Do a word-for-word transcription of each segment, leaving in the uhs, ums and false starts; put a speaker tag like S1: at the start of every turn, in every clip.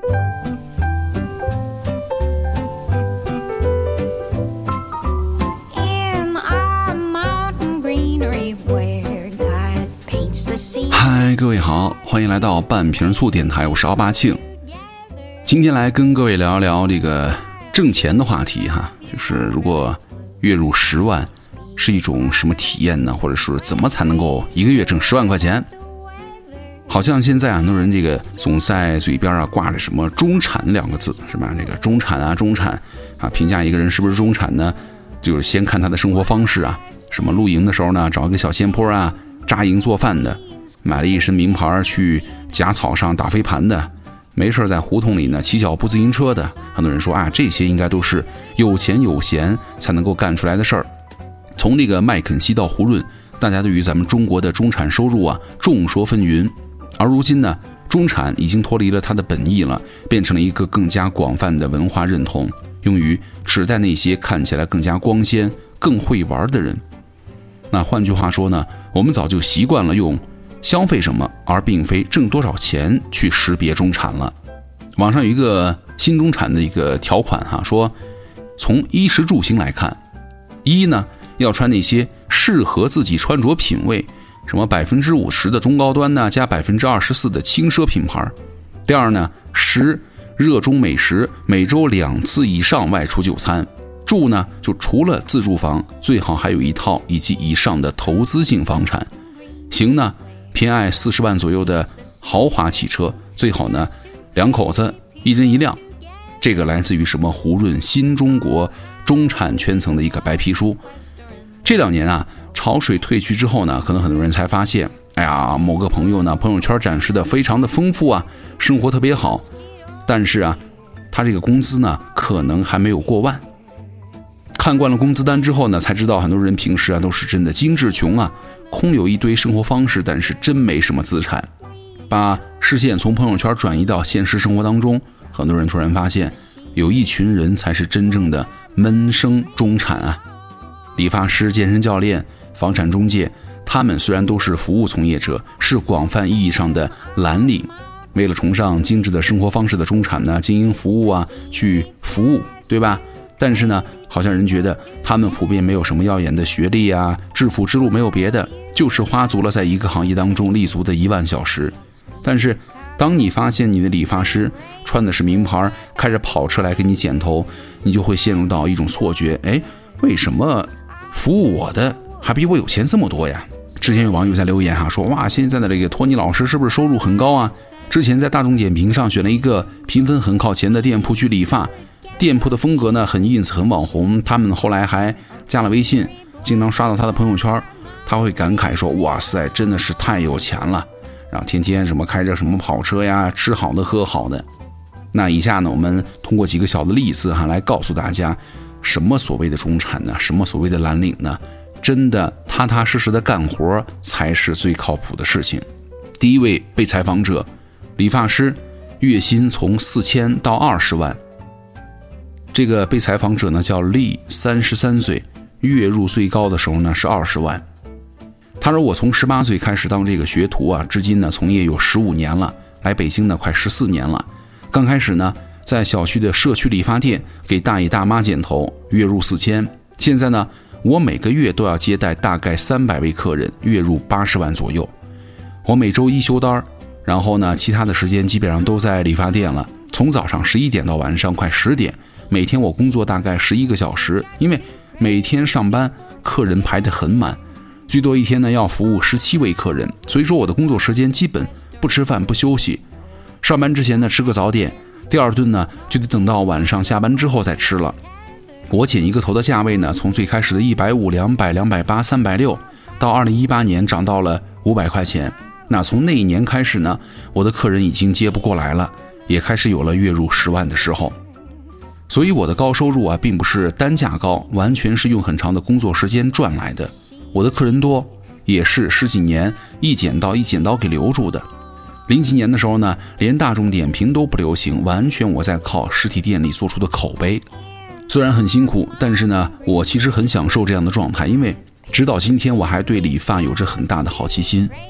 S1: 嗨，各位好，欢迎来到半瓶醋电台，我是奥巴庆。今天来跟各位聊一聊这个挣钱的话题哈，就是如果月入十万是一种什么体验呢？或者是怎么才能够一个月挣十万块钱？好像现在很多人这个总在嘴边啊挂着什么中产两个字，是吧？这个中产啊中产啊，评价一个人是不是中产呢，就是先看他的生活方式啊，什么露营的时候呢找一个小仙坡啊扎营做饭的，买了一身名牌去假草上打飞盘的，没事在胡同里呢骑脚步自行车的，很多人说啊，这些应该都是有钱有闲才能够干出来的事儿。从这个麦肯锡到胡润，大家对于咱们中国的中产收入啊众说纷纭，而如今呢，中产已经脱离了它的本意了，变成了一个更加广泛的文化认同，用于指代那些看起来更加光鲜、更会玩的人。那换句话说呢，我们早就习惯了用消费什么，而并非挣多少钱去识别中产了。网上有一个新中产的一个条款哈，说从衣食住行来看，一呢要穿那些适合自己穿着品味，什么百分之五十的中高端呢，加百分之二十四的轻奢品牌。第二呢，食热衷美食，每周两次以上外出就餐。住呢，就除了自住房，最好还有一套以及以上的投资性房产。行呢，偏爱四十万左右的豪华汽车，最好呢两口子一人一辆。这个来自于什么胡润新中国中产圈层的一个白皮书。这两年啊，潮水退去之后呢，可能很多人才发现，哎呀，某个朋友呢朋友圈展示的非常的丰富啊，生活特别好，但是啊，他这个工资呢可能还没有过万。看惯了工资单之后呢，才知道很多人平时啊都是真的精致穷啊，空有一堆生活方式，但是真没什么资产。把视线从朋友圈转移到现实生活当中，很多人突然发现，有一群人才是真正的闷声中产啊。理发师、健身教练、房产中介，他们虽然都是服务从业者，是广泛意义上的蓝领，为了崇尚精致的生活方式的中产呢，经营服务啊，去服务，对吧？但是呢，好像人觉得他们普遍没有什么耀眼的学历啊，致富之路没有别的，就是花足了在一个行业当中立足的一万小时。但是当你发现你的理发师穿的是名牌，开着跑车来给你剪头，你就会陷入到一种错觉，哎，为什么服务我的还比我有钱这么多呀？之前有网友在留言哈，说哇，现在的这个托尼老师是不是收入很高啊？之前在大众点评上选了一个评分很靠前的店铺去理发，店铺的风格呢很 ins 很网红，他们后来还加了微信，经常刷到他的朋友圈，他会感慨说，哇塞，真的是太有钱了，然后天天什么开着什么跑车呀，吃好的喝好的。那以下呢，我们通过几个小的例子哈，来告诉大家什么所谓的中产呢，什么所谓的蓝领呢？真的踏踏实实的干活才是最靠谱的事情。第一位被采访者，理发师，月薪从四千到二十万。这个被采访者呢叫丽，三十三岁，月入最高的时候呢是二十万。他说，我从十八岁开始当这个学徒啊，至今呢从业有十五年了，来北京呢快十四年了。刚开始呢在小区的社区理发店给大爷大妈剪头，月入四千。现在呢我每个月都要接待大概三百位客人，月入八十万左右。我每周一休单，然后呢其他的时间基本上都在理发店了，从早上十一点到晚上快十点，每天我工作大概十一个小时，因为每天上班客人排得很满，最多一天呢要服务十七位客人，所以说我的工作时间基本不吃饭不休息。上班之前呢吃个早点，第二顿呢就得等到晚上下班之后再吃了。我剪一个头的价位呢，从最开始的一百五、两百、两百八、三百六，到二零一八年涨到了五百块钱。那从那一年开始呢，我的客人已经接不过来了，也开始有了月入十万的时候。所以我的高收入啊，并不是单价高，完全是用很长的工作时间赚来的。我的客人多，也是十几年一剪刀一剪刀给留住的。零几年的时候呢，连大众点评都不流行，完全我在靠实体店里做出的口碑。虽然很辛苦，但是呢，我其实很享受这样的状态，因为直到今天我还对理发有着很大的好奇心。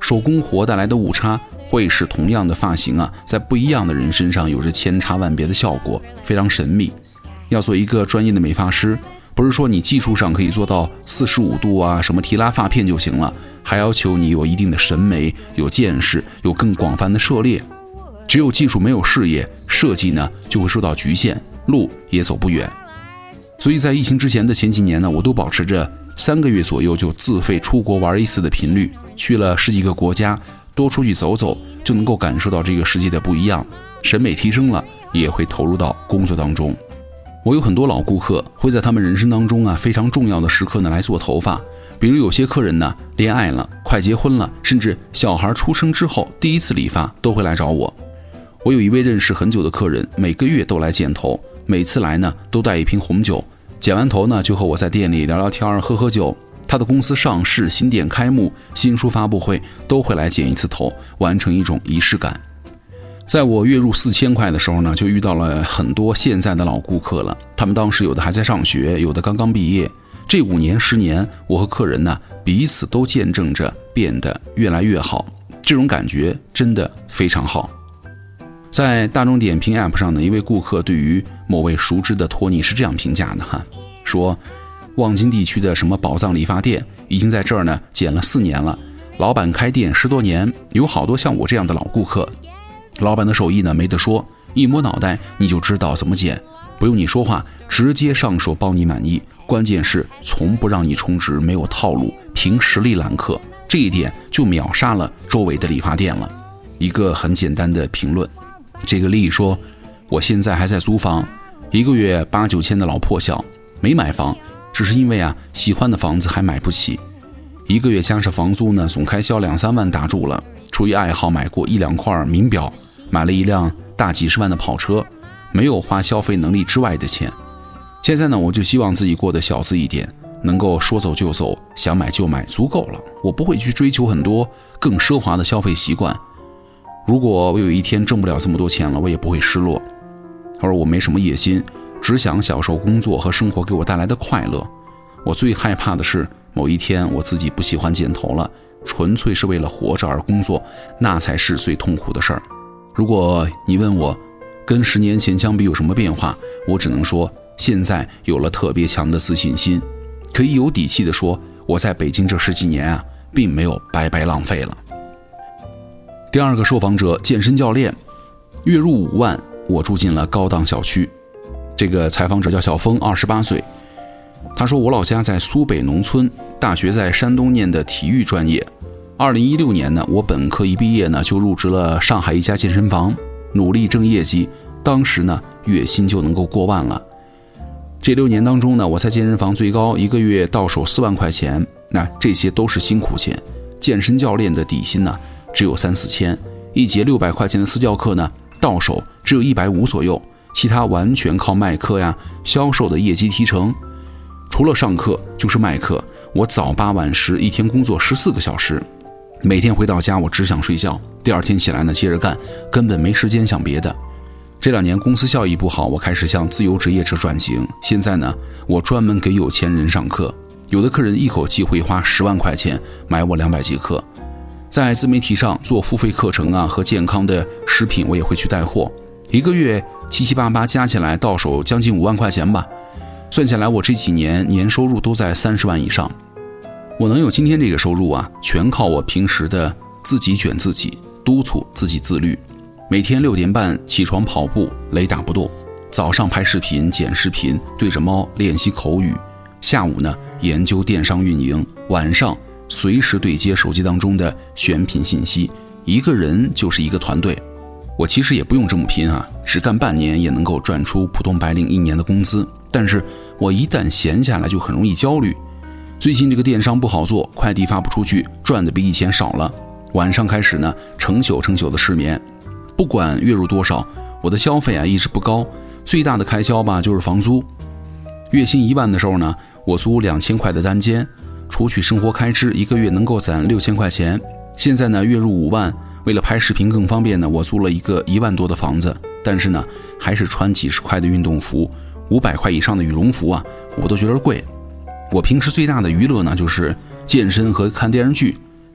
S1: 手工活带来的误差会使同样的发型啊，在不一样的人身上有着千差万别的效果，非常神秘。要做一个专业的美发师，不是说你技术上可以做到四十五度啊，什么提拉发片就行了，还要求你有一定的审美、有见识、有更广泛的涉猎。只有技术没有事业，设计呢就会受到局限，路也走不远。所以在疫情之前的前几年呢，我都保持着三个月左右就自费出国玩一次的频率，去了十几个国家，多出去走走，就能够感受到这个世界的不一样，审美提升了，也会投入到工作当中。我有很多老顾客会在他们人生当中啊非常重要的时刻呢来做头发，比如有些客人呢恋爱了，快结婚了，甚至小孩出生之后第一次理发都会来找我。我有一位认识很久的客人，每个月都来剪头，每次来呢都带一瓶红酒，剪完头呢就和我在店里聊聊天喝喝酒。他的公司上市、新店开幕、新书发布会都会来剪一次头，完成一种仪式感。在我月入四千块的时候呢，就遇到了很多现在的老顾客了。他们当时有的还在上学，有的刚刚毕业。这五年十年，我和客人呢彼此都见证着变得越来越好，这种感觉真的非常好。在大众点评 App 上呢，一位顾客对于某位熟知的托尼是这样评价的哈，说望京地区的什么宝藏理发店已经在这儿呢剪了四年了，老板开店十多年，有好多像我这样的老顾客。老板的手艺呢没得说，一摸脑袋你就知道怎么剪，不用你说话，直接上手包你满意，关键是从不让你充值，没有套路，凭实力揽客，这一点就秒杀了周围的理发店了。一个很简单的评论，这个丽说，我现在还在租房，一个月八九千的老破小，没买房，只是因为啊喜欢的房子还买不起，一个月加上房租呢，总开销两三万打住了。出于爱好买过一两块名表，买了一辆大几十万的跑车，没有花消费能力之外的钱。现在呢，我就希望自己过得小资一点，能够说走就走，想买就买，足够了。我不会去追求很多更奢华的消费习惯。如果我有一天挣不了这么多钱了，我也不会失落。他说我没什么野心，只想享受工作和生活给我带来的快乐。我最害怕的是某一天我自己不喜欢剪头了，纯粹是为了活着而工作，那才是最痛苦的事儿。如果你问我跟十年前相比有什么变化，我只能说现在有了特别强的自信心，可以有底气地说我在北京这十几年啊并没有白白浪费了。第二个受访者健身教练，月入五万，我住进了高档小区。这个采访者叫小峰，二十八岁。他说我老家在苏北农村，大学在山东念的体育专业。二零一六年呢，我本科一毕业呢就入职了上海一家健身房，努力挣业绩，当时呢月薪就能够过万了。这六年当中呢，我在健身房最高一个月到手四万块钱，那这些都是辛苦钱。健身教练的底薪呢只有三四千，一节六百块钱的私教课呢到手只有一百五左右，其他完全靠卖课呀、销售的业绩提成。除了上课就是卖课，我早八晚十，一天工作十四个小时，每天回到家我只想睡觉，第二天起来呢接着干，根本没时间想别的。这两年公司效益不好，我开始向自由职业者转型，现在呢我专门给有钱人上课，有的客人一口气会花十万块钱买我两百节课。在自媒体上做付费课程啊和健康的食品我也会去带货，一个月七七八八加起来到手将近五万块钱吧，算下来我这几年年收入都在三十万以上。我能有今天这个收入啊，全靠我平时的自己卷自己，督促自己自律。每天六点半起床跑步，雷打不动，早上拍视频剪视频，对着猫练习口语，下午呢研究电商运营，晚上随时对接手机当中的选品信息。一个人就是一个团队，我其实也不用这么拼啊，只干半年也能够赚出普通白领一年的工资，但是我一旦闲下来就很容易焦虑。最近这个电商不好做，快递发不出去，赚的比以前少了，晚上开始呢成宿成宿的失眠。不管月入多少，我的消费啊一直不高，最大的开销吧就是房租。月薪一万的时候呢，我租两千块的单间，除去生活开支，一个月能够攒六千块钱。现在呢月入五万，为了拍视频更方便呢，我租了一个一万多的房子，但是呢还是穿几十块的运动服，五百块以上的羽绒服啊我都觉得贵。我平时最大的娱乐呢就是健身和看电视剧，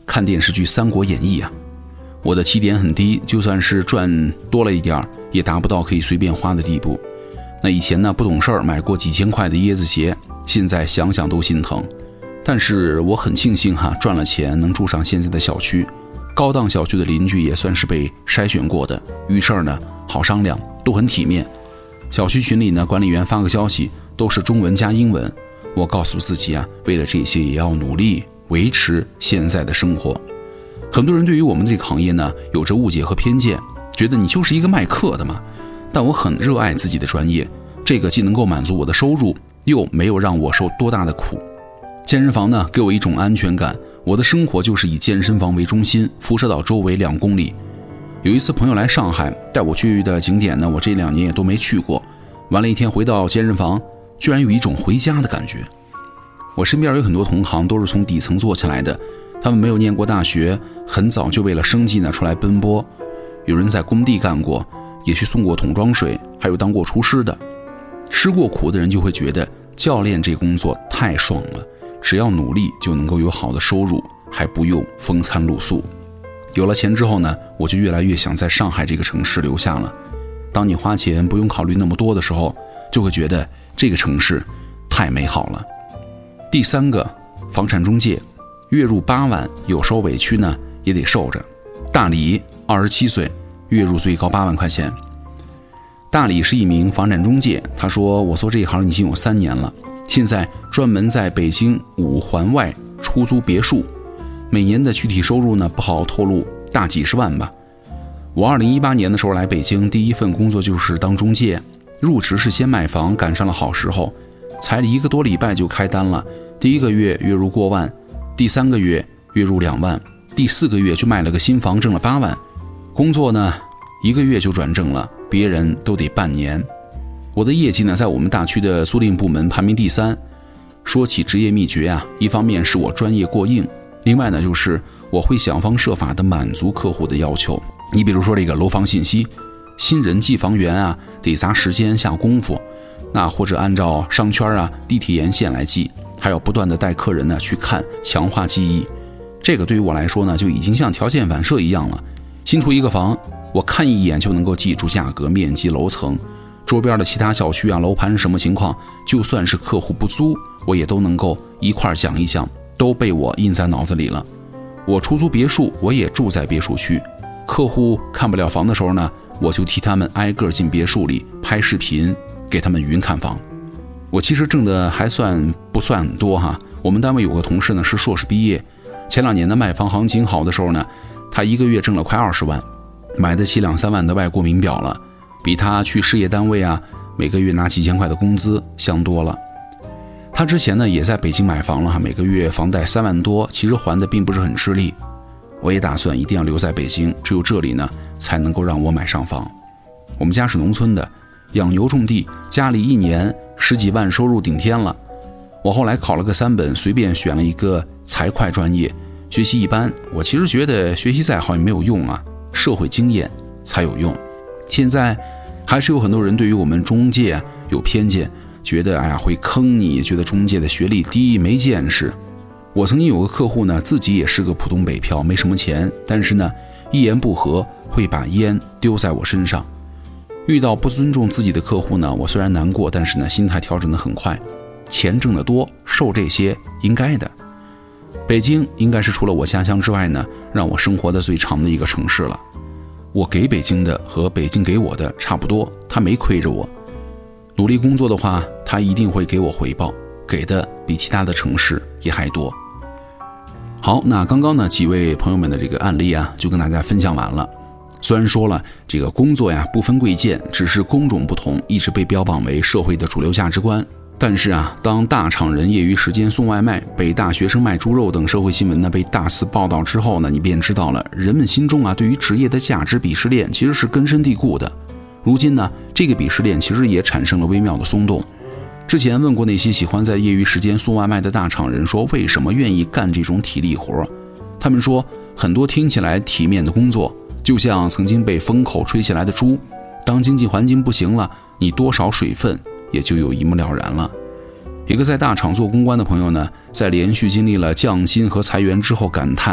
S1: 看电视剧《三国演义》啊。我的起点很低，就算是赚多了一点也达不到可以随便花的地步。那以前呢不懂事儿，买过几千块的椰子鞋，现在想想都心疼。但是我很庆幸哈，赚了钱能住上现在的小区，高档小区的邻居也算是被筛选过的，遇事儿呢好商量，都很体面。小区群里呢，管理员发个消息都是中文加英文。我告诉自己啊，为了这些也要努力维持现在的生活。很多人对于我们这个行业呢有着误解和偏见，觉得你就是一个卖课的嘛。但我很热爱自己的专业，这个既能够满足我的收入，又没有让我受多大的苦。健身房呢给我一种安全感，我的生活就是以健身房为中心，辐射到周围两公里。有一次朋友来上海带我去的景点呢，我这两年也都没去过。玩了一天回到健身房，居然有一种回家的感觉。我身边有很多同行都是从底层做起来的，他们没有念过大学，很早就为了生计呢出来奔波。有人在工地干过，也去送过桶装水，还有当过厨师的。吃过苦的人就会觉得教练这工作太爽了，只要努力就能够有好的收入，还不用风餐露宿。有了钱之后呢，我就越来越想在上海这个城市留下了。当你花钱不用考虑那么多的时候，就会觉得这个城市太美好了。第三个，房产中介，月入八万，有时候委屈呢也得受着。大李二十七岁，月入最高八万块钱。大李是一名房产中介，他说我做这一行已经有三年了，现在专门在北京五环外出租别墅，每年的具体收入呢不好透露，大几十万吧。我二零一八年的时候来北京，第一份工作就是当中介，入职是先卖房，赶上了好时候，才一个多礼拜就开单了。第一个月月入过万，第三个月月入两万，第四个月就卖了个新房，挣了八万。工作呢一个月就转正了，别人都得半年。我的业绩呢在我们大区的租赁部门排名第三。说起职业秘诀啊，一方面是我专业过硬，另外呢就是我会想方设法的满足客户的要求。你比如说这个楼房信息，新人记房源啊得砸时间下功夫，那或者按照商圈啊地铁沿线来记，还要不断的带客人呢去看，强化记忆。这个对于我来说呢就已经像条件反射一样了。新出一个房，我看一眼就能够记住价格、面积、楼层，周边的其他小区啊楼盘是什么情况，就算是客户不租，我也都能够一块讲一讲，都被我印在脑子里了。我出租别墅，我也住在别墅区，客户看不了房的时候呢，我就替他们挨个进别墅里拍视频，给他们云看房。我其实挣的还算不算很多哈。我们单位有个同事呢是硕士毕业，前两年的卖房行情好的时候呢，他一个月挣了快二十万，买得起两三万的外国名表了，比他去事业单位啊每个月拿几千块的工资香多了。他之前呢也在北京买房了，每个月房贷三万多，其实还的并不是很吃力。我也打算一定要留在北京，只有这里呢才能够让我买上房。我们家是农村的，养牛种地，家里一年十几万收入顶天了。我后来考了个三本，随便选了一个财会专业，学习一般。我其实觉得学习再好也没有用啊，社会经验才有用。现在还是有很多人对于我们中介啊有偏见，觉得哎呀会坑你，觉得中介的学历低没见识。我曾经有个客户呢，自己也是个普通北漂，没什么钱，但是呢一言不合会把烟丢在我身上。遇到不尊重自己的客户呢，我虽然难过，但是呢心态调整得很快。钱挣得多，受这些应该的。北京应该是除了我家乡之外呢，让我生活的最长的一个城市了。我给北京的和北京给我的差不多，他没亏着我。努力工作的话，他一定会给我回报，给的比其他的城市也还多。好，那刚刚呢几位朋友们的这个案例啊，就跟大家分享完了。虽然说了这个工作呀不分贵贱，只是工种不同，一直被标榜为社会的主流价值观。但是啊，当大厂人业余时间送外卖、北大学生卖猪肉等社会新闻呢被大肆报道之后呢，你便知道了人们心中啊对于职业的价值鄙视链其实是根深蒂固的。如今呢，这个鄙视链其实也产生了微妙的松动。之前问过那些喜欢在业余时间送外卖的大厂人，说为什么愿意干这种体力活？他们说，很多听起来体面的工作，就像曾经被风口吹起来的猪，当经济环境不行了，你多少水分也就有一目了然了。一个在大厂做公关的朋友呢，在连续经历了降薪和裁员之后感叹，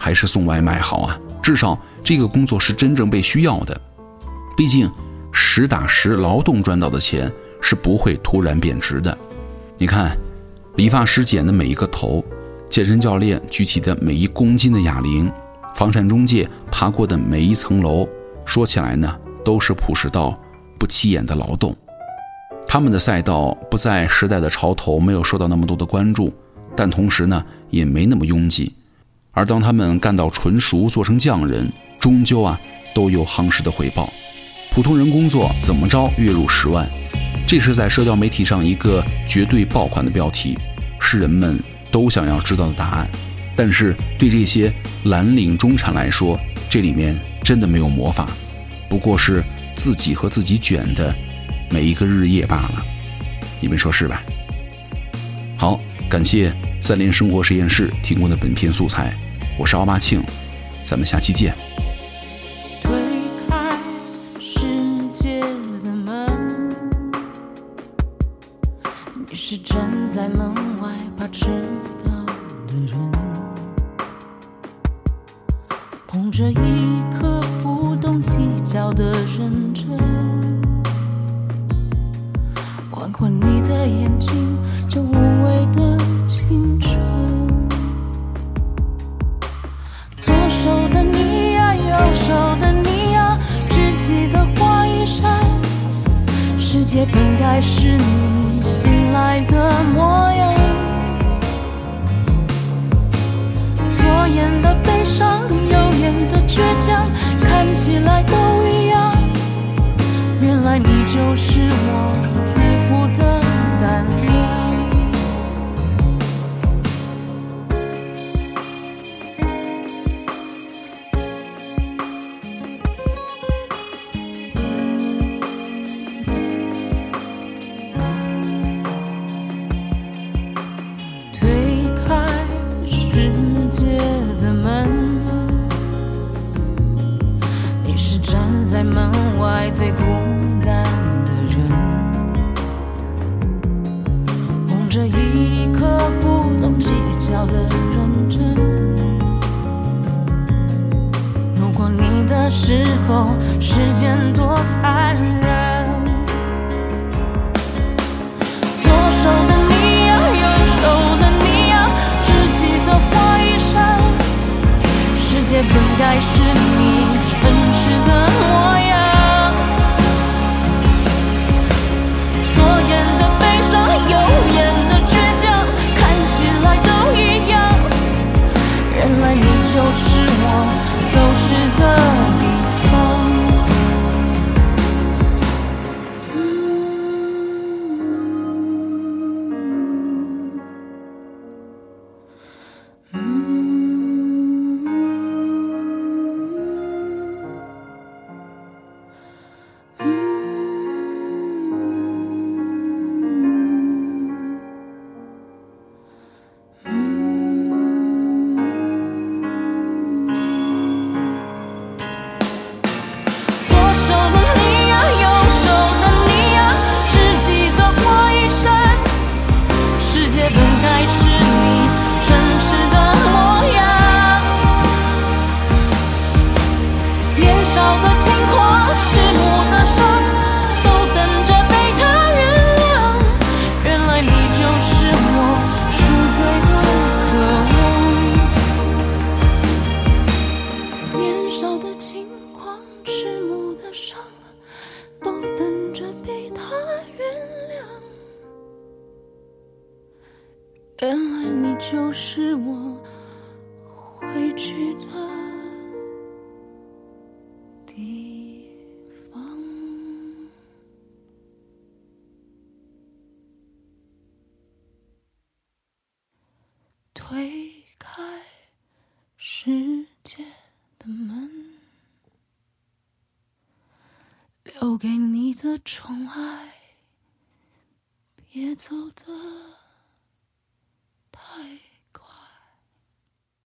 S1: 还是送外卖好啊？至少这个工作是真正被需要的。毕竟实打实劳动赚到的钱是不会突然贬值的。你看，理发师剪的每一个头，健身教练举起的每一公斤的哑铃，房产中介爬过的每一层楼，说起来呢，都是朴实到不起眼的劳动。他们的赛道不在时代的潮头，没有受到那么多的关注，但同时呢，也没那么拥挤。而当他们干到纯熟，做成匠人，终究啊，都有夯实的回报。普通人工作怎么着月入十万，这是在社交媒体上一个绝对爆款的标题，是人们都想要知道的答案。但是对这些蓝领中产来说，这里面真的没有魔法，不过是自己和自己卷的每一个日夜罢了。你们说是吧？好，感谢三联生活实验室提供的本片素材，我是奥巴庆，咱们下期见。
S2: 推开世界的门，你是站在门外怕迟到的人，捧着一颗不懂计较的认真，环顾你的眼睛，这无畏的青春。左手的你呀，右手的你呀，只记得花一扇，世界本该是你醒来的模样。左眼的悲伤，右眼的倔强，看起来都一样，原来你就是我自负的胆量。推开世界的门，你是站在门外最孤单的人，捧着一颗不懂计较的认真，路过你的时候，时间多残忍。左手的你呀，右手的你呀，只记得花一扇，世界本该是你真实的模样。左眼的悲伤，右眼的倔强，看起来都一样，原来你就是我走失的地方。原来你就是我回去的地方。推开世界的门，留给你的宠爱，别走得太